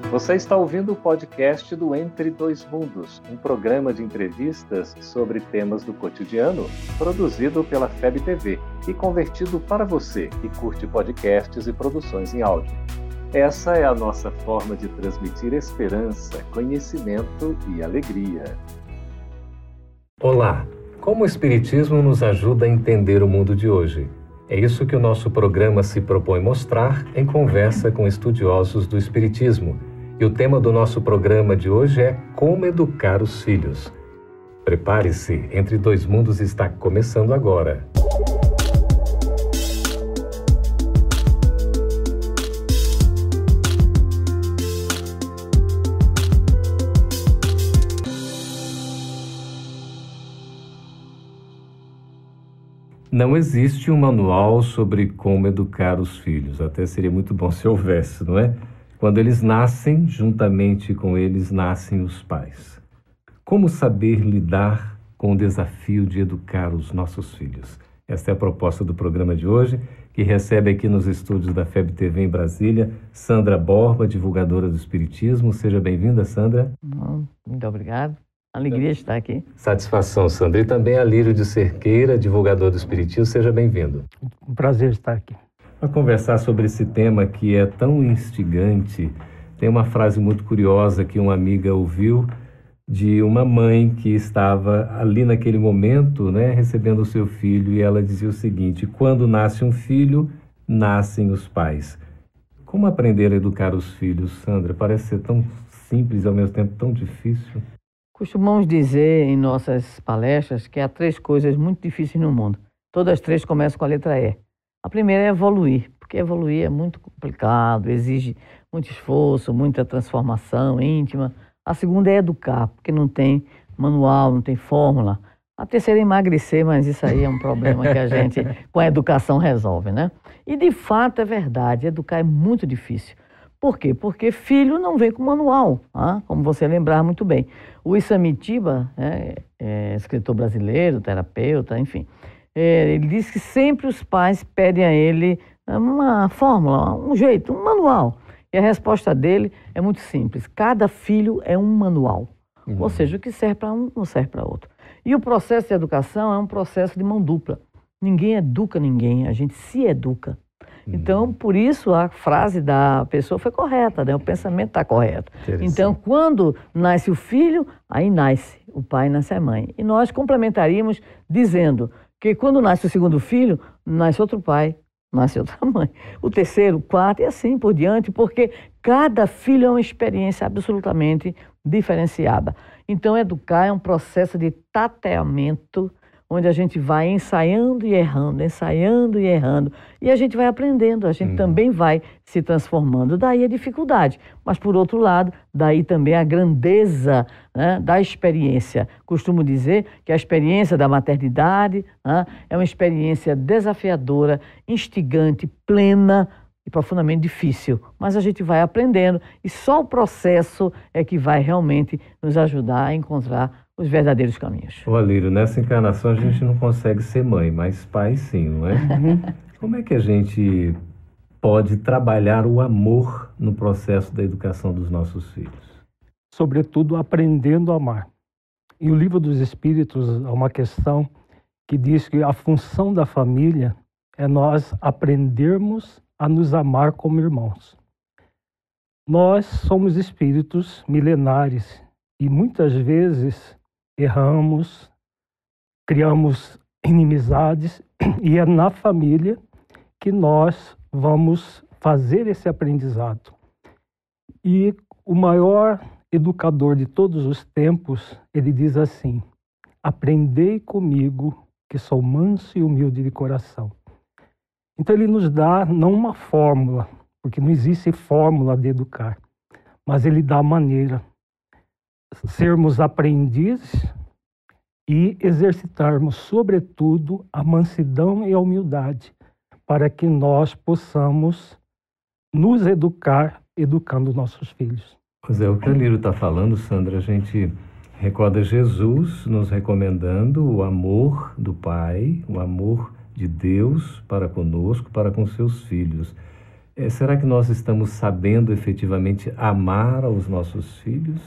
Você está ouvindo o podcast do Entre Dois Mundos, um programa de entrevistas sobre temas do cotidiano, produzido pela FEB TV e convertido para você que curte podcasts e produções em áudio. Essa é a nossa forma de transmitir esperança, conhecimento e alegria. Olá! Como o Espiritismo nos ajuda a entender o mundo de hoje? É isso que o nosso programa se propõe mostrar em conversa com estudiosos do Espiritismo. E o tema do nosso programa de hoje é Como Educar os Filhos. Prepare-se, Entre Dois Mundos está começando agora. Não existe um manual sobre como educar os filhos. Até seria muito bom se houvesse, não é? Quando eles nascem, juntamente com eles nascem os pais. Como saber lidar com o desafio de educar os nossos filhos? Esta é a proposta do programa de hoje, que recebe aqui nos estúdios da FEB TV em Brasília, Sandra Borba, divulgadora do Espiritismo. Seja bem-vinda, Sandra. Muito obrigado. Alegria estar aqui. Satisfação, Sandra. E também Alírio de Cerqueira, divulgador do Espiritismo. Seja bem-vindo. Um prazer estar aqui. Para conversar sobre esse tema que é tão instigante, tem uma frase muito curiosa que uma amiga ouviu de uma mãe que estava ali naquele momento, recebendo o seu filho, e ela dizia o seguinte: quando nasce um filho, nascem os pais. Como aprender a educar os filhos, Sandra? Parece ser tão simples e ao mesmo tempo tão difícil. Costumamos dizer em nossas palestras que há 3 coisas muito difíceis no mundo. Todas as 3 começam com a letra E. A primeira é evoluir, porque evoluir é muito complicado, exige muito esforço, muita transformação íntima. A segunda é educar, porque não tem manual, não tem fórmula. A terceira é emagrecer, mas isso aí é um problema que a gente, com a educação, resolve, né? E de fato é verdade, educar é muito difícil. Por quê? Porque filho não vem com manual, como você lembrar muito bem. O Isamitiba, escritor brasileiro, terapeuta, enfim, ele diz que sempre os pais pedem a ele uma fórmula, um jeito, um manual. E a resposta dele é muito simples: cada filho é um manual. Ou seja, o que serve para um não serve para outro. E o processo de educação é um processo de mão dupla. Ninguém educa ninguém, a gente se educa. Então, por isso, a frase da pessoa foi correta, o pensamento está correto. Então, quando nasce o filho, aí nasce o pai, nasce a mãe. E nós complementaríamos dizendo que quando nasce o segundo filho, nasce outro pai, nasce outra mãe. O terceiro, o quarto e assim por diante, porque cada filho é uma experiência absolutamente diferenciada. Então, educar é um processo de tateamento, onde a gente vai ensaiando e errando, e a gente vai aprendendo, a gente também vai se transformando. Daí a dificuldade, mas por outro lado, daí também a grandeza da experiência. Costumo dizer que a experiência da maternidade é uma experiência desafiadora, instigante, plena e profundamente difícil, mas a gente vai aprendendo e só o processo é que vai realmente nos ajudar a encontrar os verdadeiros caminhos. Ô Alírio, nessa encarnação a gente não consegue ser mãe, mas pai sim, não é? Como é que a gente pode trabalhar o amor no processo da educação dos nossos filhos? Sobretudo aprendendo a amar. E o Livro dos Espíritos há uma questão que diz que a função da família é nós aprendermos a nos amar como irmãos. Nós somos espíritos milenares e muitas vezes erramos, criamos inimizades, e é na família que nós vamos fazer esse aprendizado. E o maior educador de todos os tempos, ele diz assim: aprendei comigo, que sou manso e humilde de coração. Então ele nos dá não uma fórmula, porque não existe fórmula de educar, mas ele dá maneira. Sermos aprendizes e exercitarmos, sobretudo, a mansidão e a humildade, para que nós possamos nos educar, educando nossos filhos. Pois é, o que o Alírio está falando, Sandra, a gente recorda Jesus nos recomendando o amor do Pai, o amor de Deus para conosco, para com seus filhos. Será que nós estamos sabendo efetivamente amar aos nossos filhos?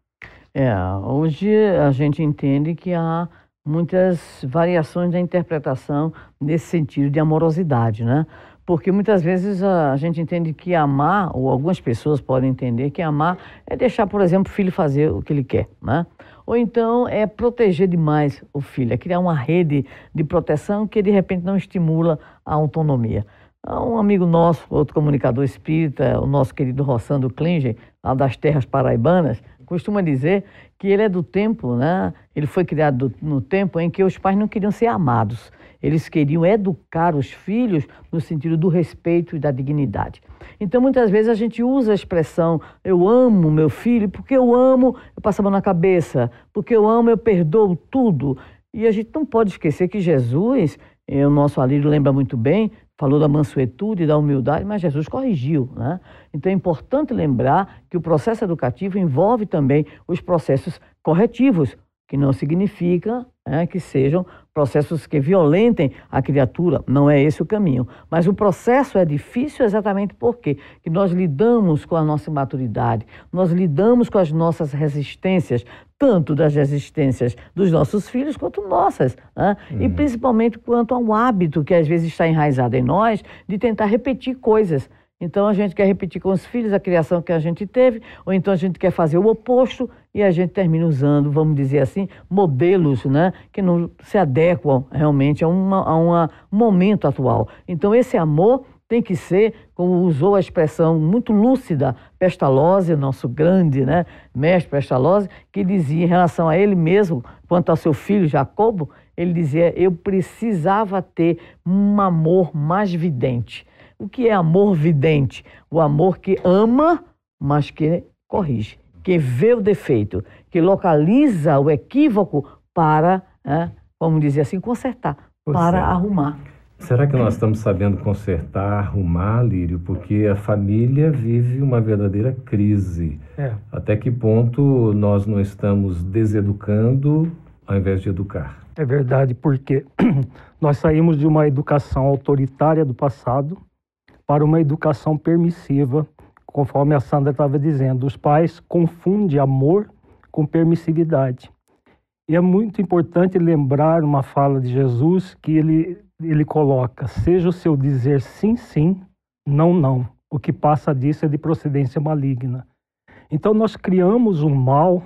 Hoje a gente entende que há muitas variações da interpretação nesse sentido de amorosidade, né? Porque muitas vezes a gente entende que amar, ou algumas pessoas podem entender que amar é deixar, por exemplo, o filho fazer o que ele quer, né? Ou então é proteger demais o filho, é criar uma rede de proteção que de repente não estimula a autonomia. Um amigo nosso, outro comunicador espírita, o nosso querido Rossando Klinger, lá das terras paraibanas, costuma dizer que ele é do tempo, né? Ele foi criado no tempo em que os pais não queriam ser amados. Eles queriam educar os filhos no sentido do respeito e da dignidade. Então, muitas vezes a gente usa a expressão eu amo meu filho, porque eu amo, eu passo a mão na cabeça, porque eu amo, eu perdoo tudo. E a gente não pode esquecer que Jesus, o nosso Alírio lembra muito bem, falou da mansuetude e da humildade, mas Jesus corrigiu, né? Então é importante lembrar que o processo educativo envolve também os processos corretivos, que não significa que sejam processos que violentem a criatura, não é esse o caminho. Mas o processo é difícil exatamente porque que nós lidamos com a nossa imaturidade, nós lidamos com as nossas resistências, tanto das resistências dos nossos filhos quanto nossas, né? E principalmente quanto ao hábito que às vezes está enraizado em nós de tentar repetir coisas. Então a gente quer repetir com os filhos a criação que a gente teve, ou então a gente quer fazer o oposto e a gente termina usando, vamos dizer assim, modelos, né, que não se adequam realmente a um momento atual. Então esse amor tem que ser, como usou a expressão muito lúcida, Pestalozzi, nosso grande, né, mestre Pestalozzi, que dizia em relação a ele mesmo, quanto ao seu filho Jacobo, ele dizia, eu precisava ter um amor mais vidente. O que é amor vidente? O amor que ama, mas que corrige, que vê o defeito, que localiza o equívoco para, vamos dizer assim, consertar, para arrumar. Será que nós estamos sabendo consertar, arrumar, Lírio? Porque a família vive uma verdadeira crise. Até que ponto nós não estamos deseducando ao invés de educar? É verdade, porque nós saímos de uma educação autoritária do passado para uma educação permissiva, conforme a Sandra estava dizendo. Os pais confundem amor com permissividade. E é muito importante lembrar uma fala de Jesus que ele coloca, seja o seu dizer sim, sim, não, não. O que passa disso é de procedência maligna. Então nós criamos um mal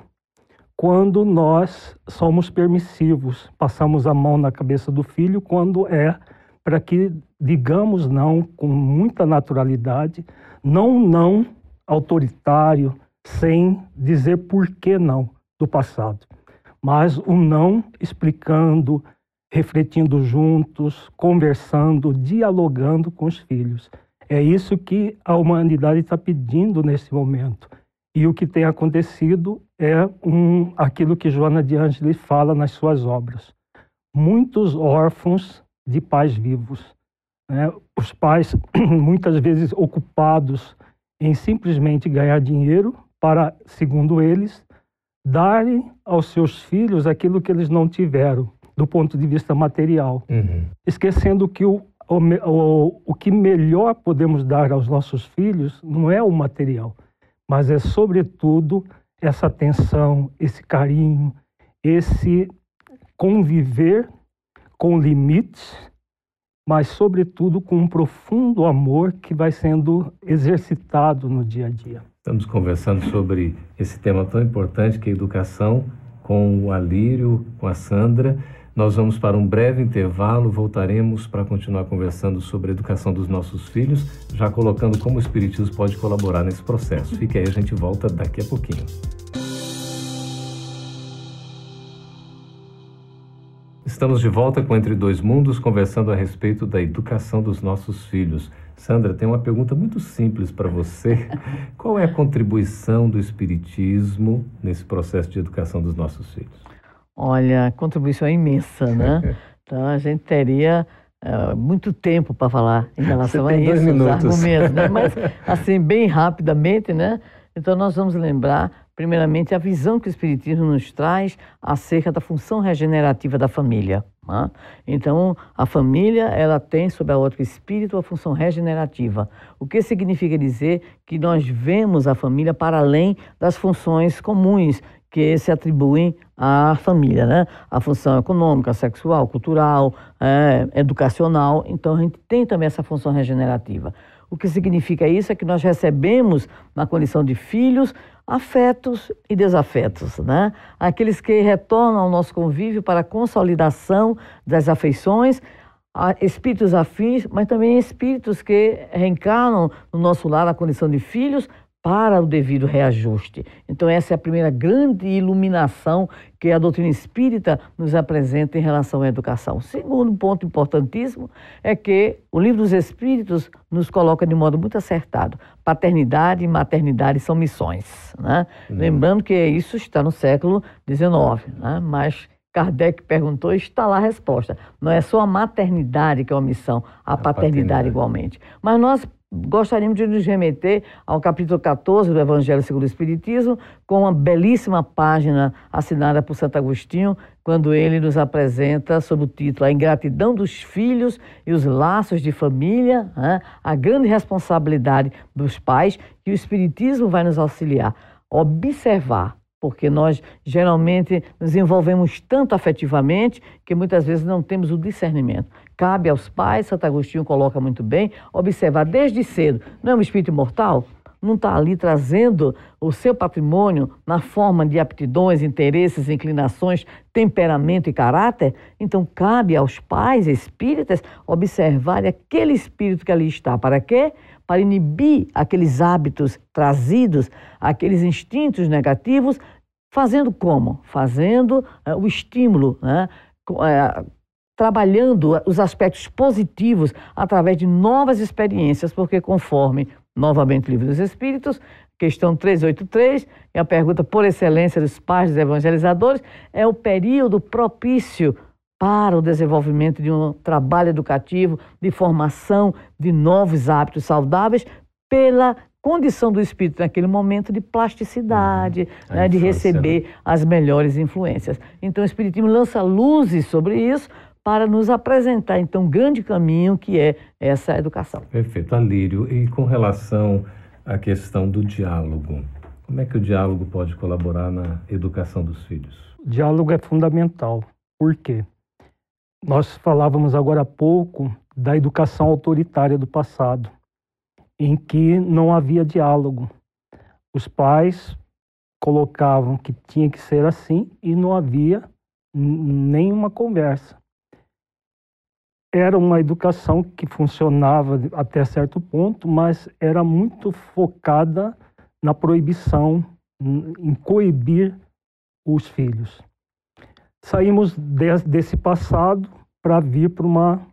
quando nós somos permissivos, passamos a mão na cabeça do filho quando é para que digamos não com muita naturalidade, não autoritário, sem dizer por que não do passado, mas o não explicando, refletindo juntos, conversando, dialogando com os filhos. É isso que a humanidade está pedindo nesse momento. E o que tem acontecido é aquilo que Joana de Ângeles fala nas suas obras. Muitos órfãos de pais vivos. Os pais, muitas vezes ocupados em simplesmente ganhar dinheiro para, segundo eles, darem aos seus filhos aquilo que eles não tiveram, do ponto de vista material. Esquecendo que o que melhor podemos dar aos nossos filhos não é o material, mas é, sobretudo, essa atenção, esse carinho, esse conviver com limites, mas, sobretudo, com um profundo amor que vai sendo exercitado no dia a dia. Estamos conversando sobre esse tema tão importante que é a educação, com o Alírio, com a Sandra. Nós vamos para um breve intervalo, voltaremos para continuar conversando sobre a educação dos nossos filhos, já colocando como o Espiritismo pode colaborar nesse processo. Fique aí, a gente volta daqui a pouquinho. Estamos de volta com Entre Dois Mundos, conversando a respeito da educação dos nossos filhos. Sandra, tem uma pergunta muito simples para você. Qual é a contribuição do Espiritismo nesse processo de educação dos nossos filhos? Olha, a contribuição é imensa, né? Então, a gente teria muito tempo para falar em relação a isso, os argumentos, né? Mas, assim, bem rapidamente, né? Então, nós vamos lembrar, primeiramente, a visão que o Espiritismo nos traz acerca da função regenerativa da família. Né? Então, a família, ela tem, sob a ótica espírita, a função regenerativa. O que significa dizer que nós vemos a família para além das funções comuns que se atribuem à família, né? A função econômica, sexual, cultural, educacional. Então, a gente tem também essa função regenerativa. O que significa isso é que nós recebemos, na condição de filhos, afetos e desafetos, né? Aqueles que retornam ao nosso convívio para a consolidação das afeições, espíritos afins, mas também espíritos que reencarnam no nosso lar na condição de filhos para o devido reajuste. Então, essa é a primeira grande iluminação que a doutrina espírita nos apresenta em relação à educação. O segundo ponto importantíssimo é que o Livro dos Espíritos nos coloca de modo muito acertado. Paternidade e maternidade são missões, né? Lembrando que isso está no século XIX, né? Mas Kardec perguntou e está lá a resposta. Não é só a maternidade que é uma missão, a paternidade igualmente. Mas nós gostaríamos de nos remeter ao capítulo 14 do Evangelho segundo o Espiritismo, com uma belíssima página assinada por Santo Agostinho, quando ele nos apresenta sob o título A Ingratidão dos Filhos e os Laços de Família, né? A grande responsabilidade dos pais, que o Espiritismo vai nos auxiliar a observar, porque nós geralmente nos envolvemos tanto afetivamente que muitas vezes não temos o discernimento. Cabe aos pais, Santo Agostinho coloca muito bem, observar desde cedo. Não é um espírito imortal? Não está ali trazendo o seu patrimônio na forma de aptidões, interesses, inclinações, temperamento e caráter? Então, cabe aos pais espíritas observar aquele espírito que ali está. Para quê? Para inibir aqueles hábitos trazidos, aqueles instintos negativos, fazendo como? Fazendo o estímulo, né? Trabalhando os aspectos positivos através de novas experiências, porque conforme, novamente, o Livro dos Espíritos, questão 383, e a pergunta por excelência dos pais dos evangelizadores, é o período propício para o desenvolvimento de um trabalho educativo, de formação de novos hábitos saudáveis, pela condição do espírito naquele momento de plasticidade, né, de receber as melhores influências. Então, o Espiritismo lança luzes sobre isso para nos apresentar, então, um grande caminho que é essa educação. Perfeito. Alírio, e com relação à questão do diálogo, como é que o diálogo pode colaborar na educação dos filhos? O diálogo é fundamental. Por quê? Nós falávamos agora há pouco da educação autoritária do passado, em que não havia diálogo. Os pais colocavam que tinha que ser assim e não havia nenhuma conversa. Era uma educação que funcionava até certo ponto, mas era muito focada na proibição, em coibir os filhos. Saímos desse passado para vir para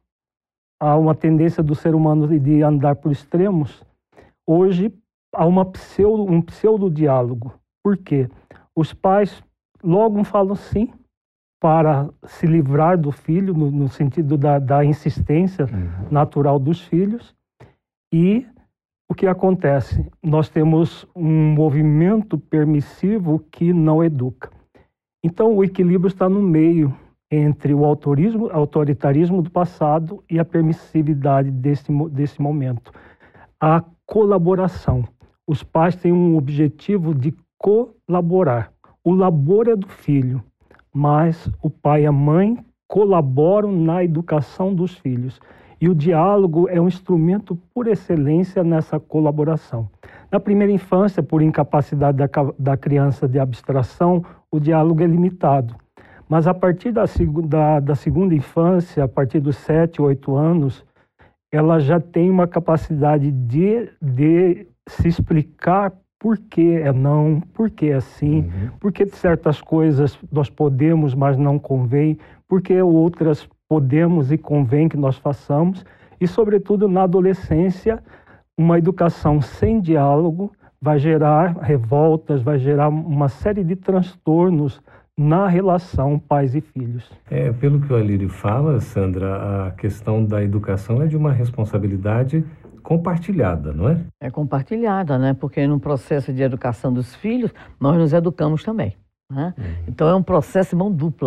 uma tendência do ser humano de andar por extremos. Hoje há um pseudo-diálogo. Por quê? Os pais logo falam sim para se livrar do filho, no sentido da insistência natural dos filhos. E o que acontece? Nós temos um movimento permissivo que não educa. Então, o equilíbrio está no meio entre o autoritarismo do passado e a permissividade desse momento. A colaboração. Os pais têm um objetivo de colaborar. O labor é do filho, mas o pai e a mãe colaboram na educação dos filhos. E o diálogo é um instrumento por excelência nessa colaboração. Na primeira infância, por incapacidade da criança de abstração, o diálogo é limitado. Mas a partir da segunda infância, a partir dos 7, 8 anos, ela já tem uma capacidade de se explicar por que é não, por que é assim, por que certas coisas nós podemos, mas não convém, por que outras podemos e convém que nós façamos. E, sobretudo, na adolescência, uma educação sem diálogo vai gerar revoltas, vai gerar uma série de transtornos na relação pais e filhos. Pelo que o Alírio fala, Sandra, a questão da educação é de uma responsabilidade compartilhada, não é? É compartilhada, né? Porque no processo de educação dos filhos, nós nos educamos também, né? Então é um processo de mão dupla.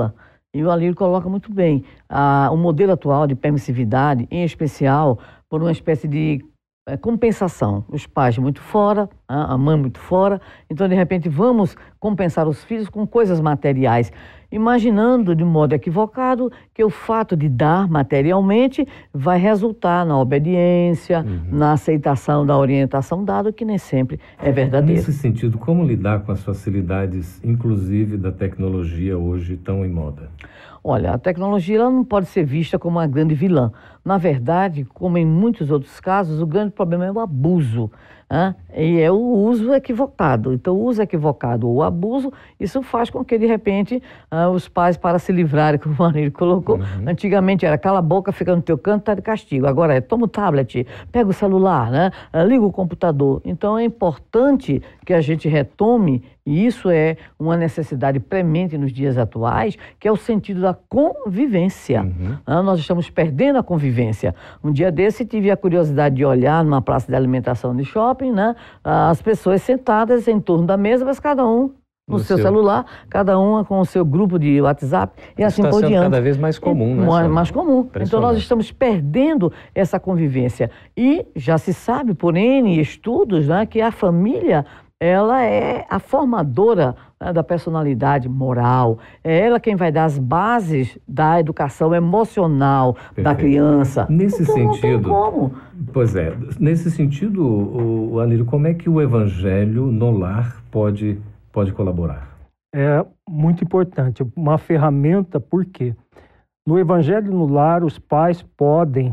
E o Alírio coloca muito bem. O modelo atual de permissividade, em especial, por uma espécie de compensação. Os pais muito fora, a mãe muito fora. Então, de repente, vamos compensar os filhos com coisas materiais, imaginando de modo equivocado que o fato de dar materialmente vai resultar na obediência, na aceitação da orientação dada, que nem sempre é verdadeiro. Nesse sentido, como lidar com as facilidades, inclusive da tecnologia hoje tão em moda? Olha, a tecnologia ela não pode ser vista como uma grande vilã. Na verdade, como em muitos outros casos, o grande problema é o abuso. E é o uso equivocado. Então, o uso equivocado ou o abuso, isso faz com que, de repente, os pais, para se livrarem, como o Alírio colocou, antigamente era cala a boca, fica no teu canto, tá de castigo. Agora é toma o tablet, pega o celular, liga o computador. Então, é importante que a gente retome, e isso é uma necessidade premente nos dias atuais, que é o sentido da convivência. Nós estamos perdendo a convivência. Um dia desse, tive a curiosidade de olhar numa praça de alimentação de shopping, as pessoas sentadas em torno da mesa, mas cada um no seu celular, cada uma com o seu grupo de WhatsApp e assim por diante. Está sendo cada vez mais comum, né? Mais comum. Então nós estamos perdendo essa convivência. E já se sabe por N estudos, que a família, ela é a formadora da personalidade moral. É ela quem vai dar as bases da educação emocional da criança. Nesse então, sentido, não tem como. Pois é, nesse sentido, o Alírio, como é que o evangelho no lar pode colaborar? É muito importante, uma ferramenta, porque no evangelho no lar os pais podem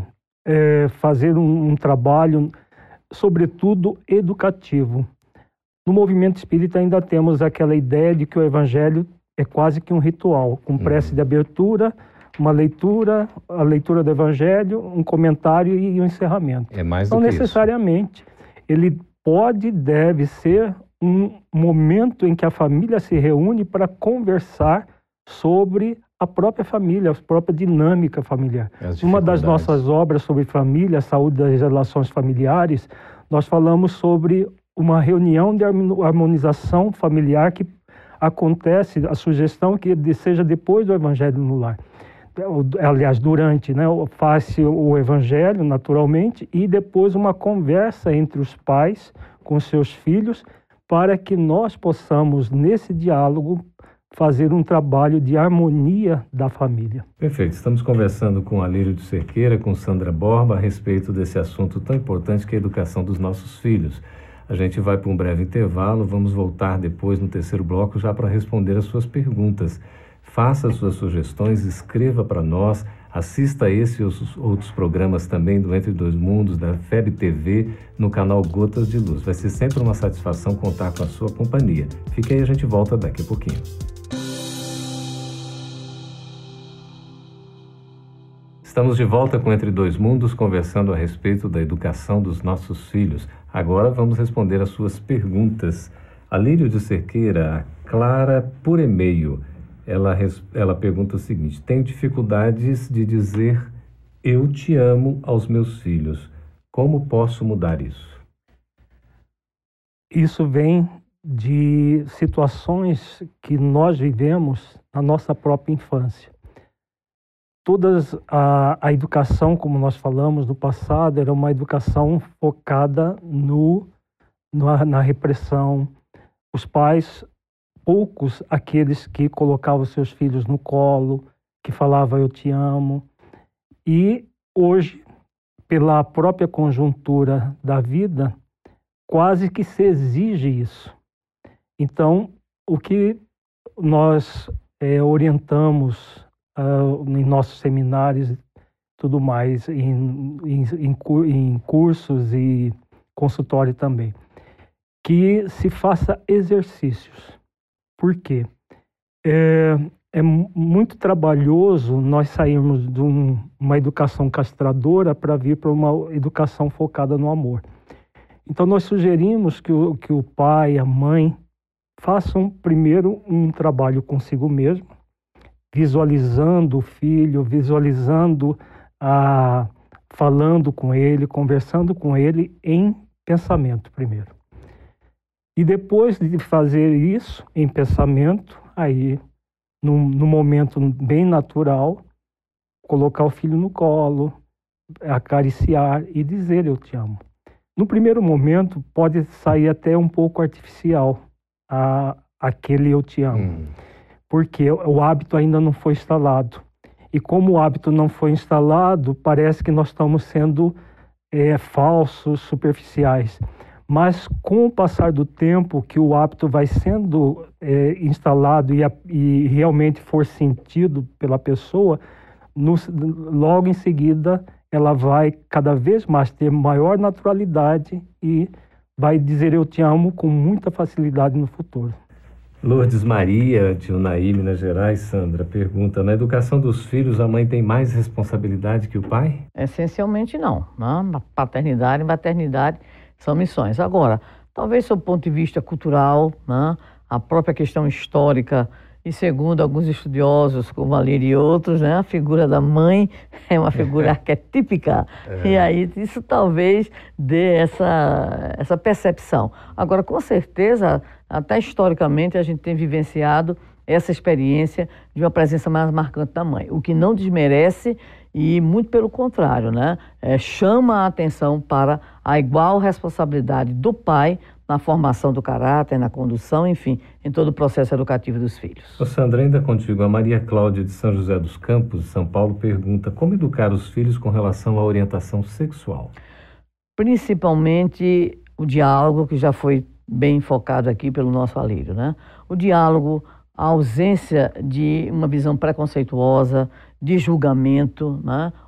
fazer um trabalho, sobretudo educativo. No movimento espírita ainda temos aquela ideia de que o evangelho é quase que um ritual, com prece de abertura, uma leitura, a leitura do evangelho, um comentário e um encerramento. É mais do então, que necessariamente, ele pode e deve ser um momento em que a família se reúne para conversar sobre a própria família, a própria dinâmica familiar. Uma das nossas obras sobre família, saúde das relações familiares, nós falamos sobre uma reunião de harmonização familiar que acontece, a sugestão que seja depois do Evangelho no lar. Aliás, durante, faz-se o Evangelho, naturalmente, e depois uma conversa entre os pais com seus filhos, para que nós possamos, nesse diálogo, fazer um trabalho de harmonia da família. Perfeito. Estamos conversando com Alírio de Cerqueira, com Sandra Borba, a respeito desse assunto tão importante que é a educação dos nossos filhos. A gente vai para um breve intervalo, vamos voltar depois no terceiro bloco já para responder as suas perguntas. Faça as suas sugestões, escreva para nós, assista a esse e os outros programas também do Entre Dois Mundos, da FEB TV, no canal Gotas de Luz. Vai ser sempre uma satisfação contar com a sua companhia. Fique aí, a gente volta daqui a pouquinho. Estamos de volta com Entre Dois Mundos, conversando a respeito da educação dos nossos filhos. Agora vamos responder as suas perguntas. Alírio de Cerqueira, a Clara, por e-mail, ela pergunta o seguinte: tenho dificuldades de dizer eu te amo aos meus filhos. Como posso mudar isso? Isso vem de situações que nós vivemos na nossa própria infância. A educação, como nós falamos no passado, era uma educação focada na repressão. Os pais, poucos aqueles que colocavam seus filhos no colo, que falavam eu te amo. E hoje, pela própria conjuntura da vida, quase que se exige isso. Então, o que nós orientamos em nossos seminários e tudo mais, em cursos e consultório também, que se faça exercícios. Por quê? É muito trabalhoso nós sairmos de uma educação castradora para vir para uma educação focada no amor. Então nós sugerimos que o pai, a mãe, façam primeiro um trabalho consigo mesmo, visualizando o filho, falando com ele, conversando com ele em pensamento primeiro. E depois de fazer isso em pensamento, aí num momento bem natural, colocar o filho no colo, acariciar e dizer eu te amo. No primeiro momento pode sair até um pouco artificial aquele eu te amo, porque o hábito ainda não foi instalado. E como o hábito não foi instalado, parece que nós estamos sendo falsos, superficiais. Mas com o passar do tempo, que o hábito vai sendo instalado e realmente for sentido pela pessoa, logo em seguida ela vai cada vez mais ter maior naturalidade e vai dizer eu te amo com muita facilidade no futuro. Lourdes Maria, de Unai, Minas Gerais, Sandra, pergunta: na educação dos filhos, a mãe tem mais responsabilidade que o pai? Essencialmente não. Paternidade e maternidade são missões. Agora, talvez sob o ponto de vista cultural, a própria questão histórica, e segundo alguns estudiosos, como a Líria e outros, a figura da mãe é uma figura arquetípica. E aí isso talvez dê essa percepção. Agora, com certeza, até historicamente a gente tem vivenciado essa experiência de uma presença mais marcante da mãe, o que não desmerece e muito pelo contrário, chama a atenção para a igual responsabilidade do pai na formação do caráter, na condução, enfim, em todo o processo educativo dos filhos. Sandra, ainda contigo, a Maria Cláudia de São José dos Campos, de São Paulo, pergunta: como educar os filhos com relação à orientação sexual? Principalmente o diálogo, que já foi bem focado aqui pelo nosso Alírio, O diálogo, a ausência de uma visão preconceituosa, de julgamento,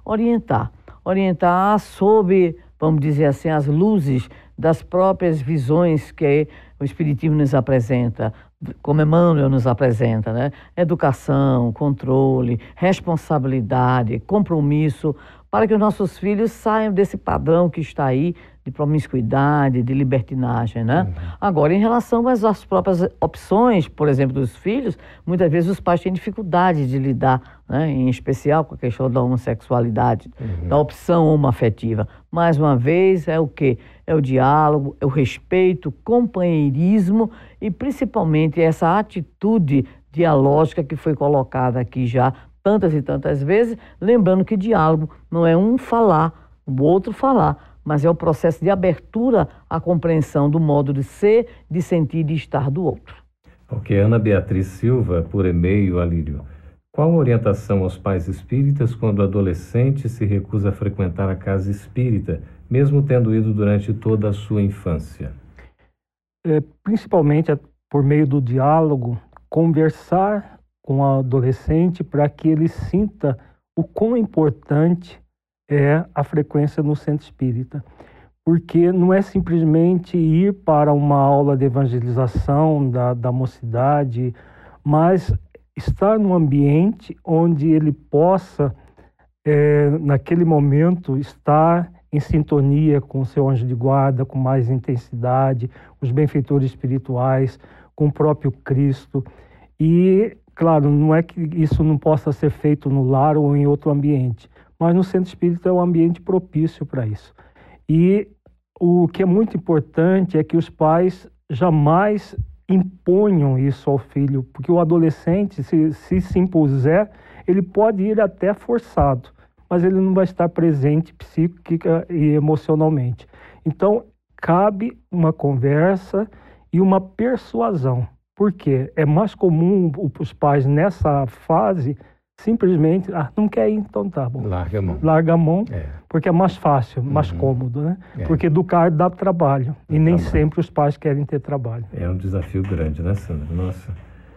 orientar sob, vamos dizer assim, as luzes das próprias visões que o Espiritismo nos apresenta, como Emmanuel nos apresenta, Educação, controle, responsabilidade, compromisso, para que os nossos filhos saiam desse padrão que está aí de promiscuidade, de libertinagem, Agora, em relação às próprias opções, por exemplo, dos filhos, muitas vezes os pais têm dificuldade de lidar, em especial com a questão da homossexualidade, da opção homoafetiva. Mais uma vez, é o quê? É o diálogo, é o respeito, companheirismo e principalmente essa atitude dialógica que foi colocada aqui já tantas e tantas vezes, lembrando que diálogo não é um falar, o outro falar, mas é o processo de abertura à compreensão do modo de ser, de sentir e de estar do outro. Ok, Ana Beatriz Silva, por e-mail, Alírio: qual a orientação aos pais espíritas quando o adolescente se recusa a frequentar a casa espírita, mesmo tendo ido durante toda a sua infância? Principalmente por meio do diálogo, conversar com o adolescente para que ele sinta o quão importante é a frequência no centro espírita. Porque não é simplesmente ir para uma aula de evangelização da mocidade, mas estar num ambiente onde ele possa, naquele momento, estar em sintonia com o seu anjo de guarda, com mais intensidade, os benfeitores espirituais, com o próprio Cristo. E, claro, não é que isso não possa ser feito no lar ou em outro ambiente, mas no centro espírita é um ambiente propício para isso. E o que é muito importante é que os pais jamais imponham isso ao filho, porque o adolescente, se impuser, ele pode ir até forçado, mas ele não vai estar presente psíquica e emocionalmente. Então, cabe uma conversa e uma persuasão. Por quê? É mais comum os pais nessa fase simplesmente, não quer ir, então tá bom. Larga a mão. Larga a mão, porque é mais fácil, mais cômodo, Porque educar dá trabalho, e nem sempre os pais querem ter trabalho. É um desafio grande, Sandra? Nossa.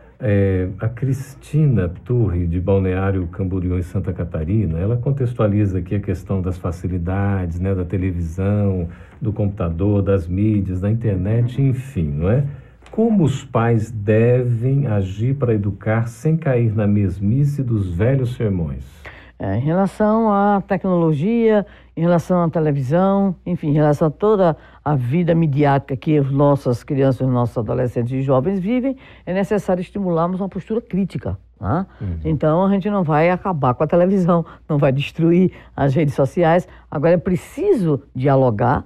A Cristina Turri, de Balneário Camboriú, em Santa Catarina, ela contextualiza aqui a questão das facilidades, da televisão, do computador, das mídias, da internet, enfim, Como os pais devem agir para educar sem cair na mesmice dos velhos sermões? Em relação à tecnologia, em relação à televisão, enfim, em relação a toda a vida midiática que as nossas crianças, os nossos adolescentes e jovens vivem, é necessário estimularmos uma postura crítica. Então, a gente não vai acabar com a televisão, não vai destruir as redes sociais. Agora, é preciso dialogar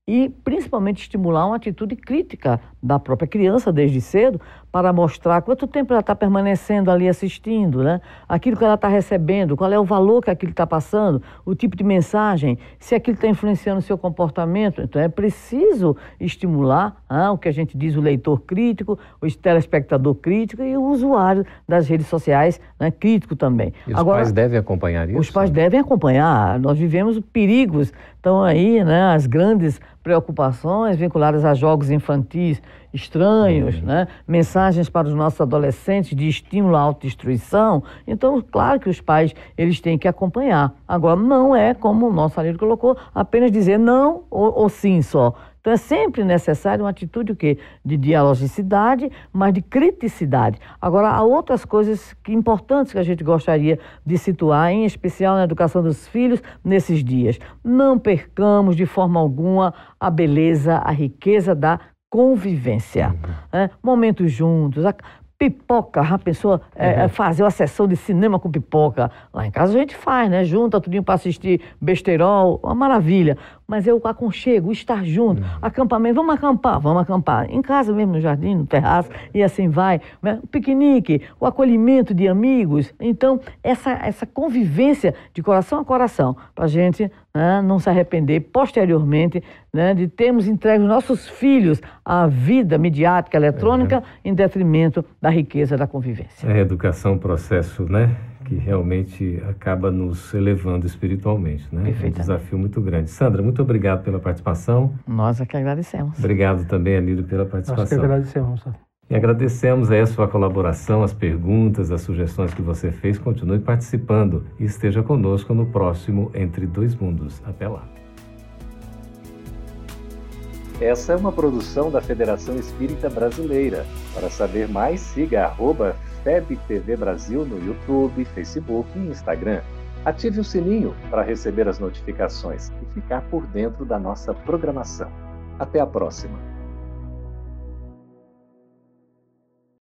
e principalmente estimular uma atitude crítica da própria criança desde cedo, para mostrar quanto tempo ela está permanecendo ali assistindo, né? Aquilo que ela está recebendo, qual é o valor que aquilo está passando, o tipo de mensagem, se aquilo está influenciando o seu comportamento. Então é preciso estimular o que a gente diz, o leitor crítico, o telespectador crítico e o usuário das redes sociais, né, crítico também. E os pais devem acompanhar isso? Os pais devem acompanhar. Nós vivemos perigos, estão aí, né, as grandes preocupações vinculadas a jogos infantis estranhos, né? Mensagens para os nossos adolescentes de estímulo à autodestruição. Então, claro que os pais, eles têm que acompanhar. Agora, não é, como o nosso amigo colocou, apenas dizer não ou sim só. Então, é sempre necessário uma atitude o quê? De dialogicidade, mas de criticidade. Agora, há outras coisas importantes que a gente gostaria de situar, em especial na educação dos filhos, nesses dias. Não percamos, de forma alguma, a beleza, a riqueza da convivência. Momentos juntos, pipoca, a pessoa fazer uma sessão de cinema com pipoca. Lá em casa a gente faz, né? Junta tudinho para assistir besteirol, uma maravilha. Mas é o aconchego, o estar junto, acampamento, vamos acampar. Em casa mesmo, no jardim, no terraço, e assim vai. Né? O piquenique, o acolhimento de amigos. Então, essa convivência de coração a coração, para a gente, né, não se arrepender posteriormente, né, de termos entregue os nossos filhos à vida midiática, eletrônica, em detrimento da riqueza da convivência. A educação é um processo, né, que realmente acaba nos elevando espiritualmente, né? É um desafio muito grande. Sandra, muito obrigado pela participação. Nós é que agradecemos. Obrigado também, Anílio, pela participação. Nós que agradecemos. E agradecemos aí a sua colaboração, as perguntas, as sugestões que você fez. Continue participando e esteja conosco no próximo Entre Dois Mundos. Até lá. Essa é uma produção da Federação Espírita Brasileira. Para saber mais, siga @FebTV Brasil no YouTube, Facebook e Instagram. Ative o sininho para receber as notificações e ficar por dentro da nossa programação. Até a próxima!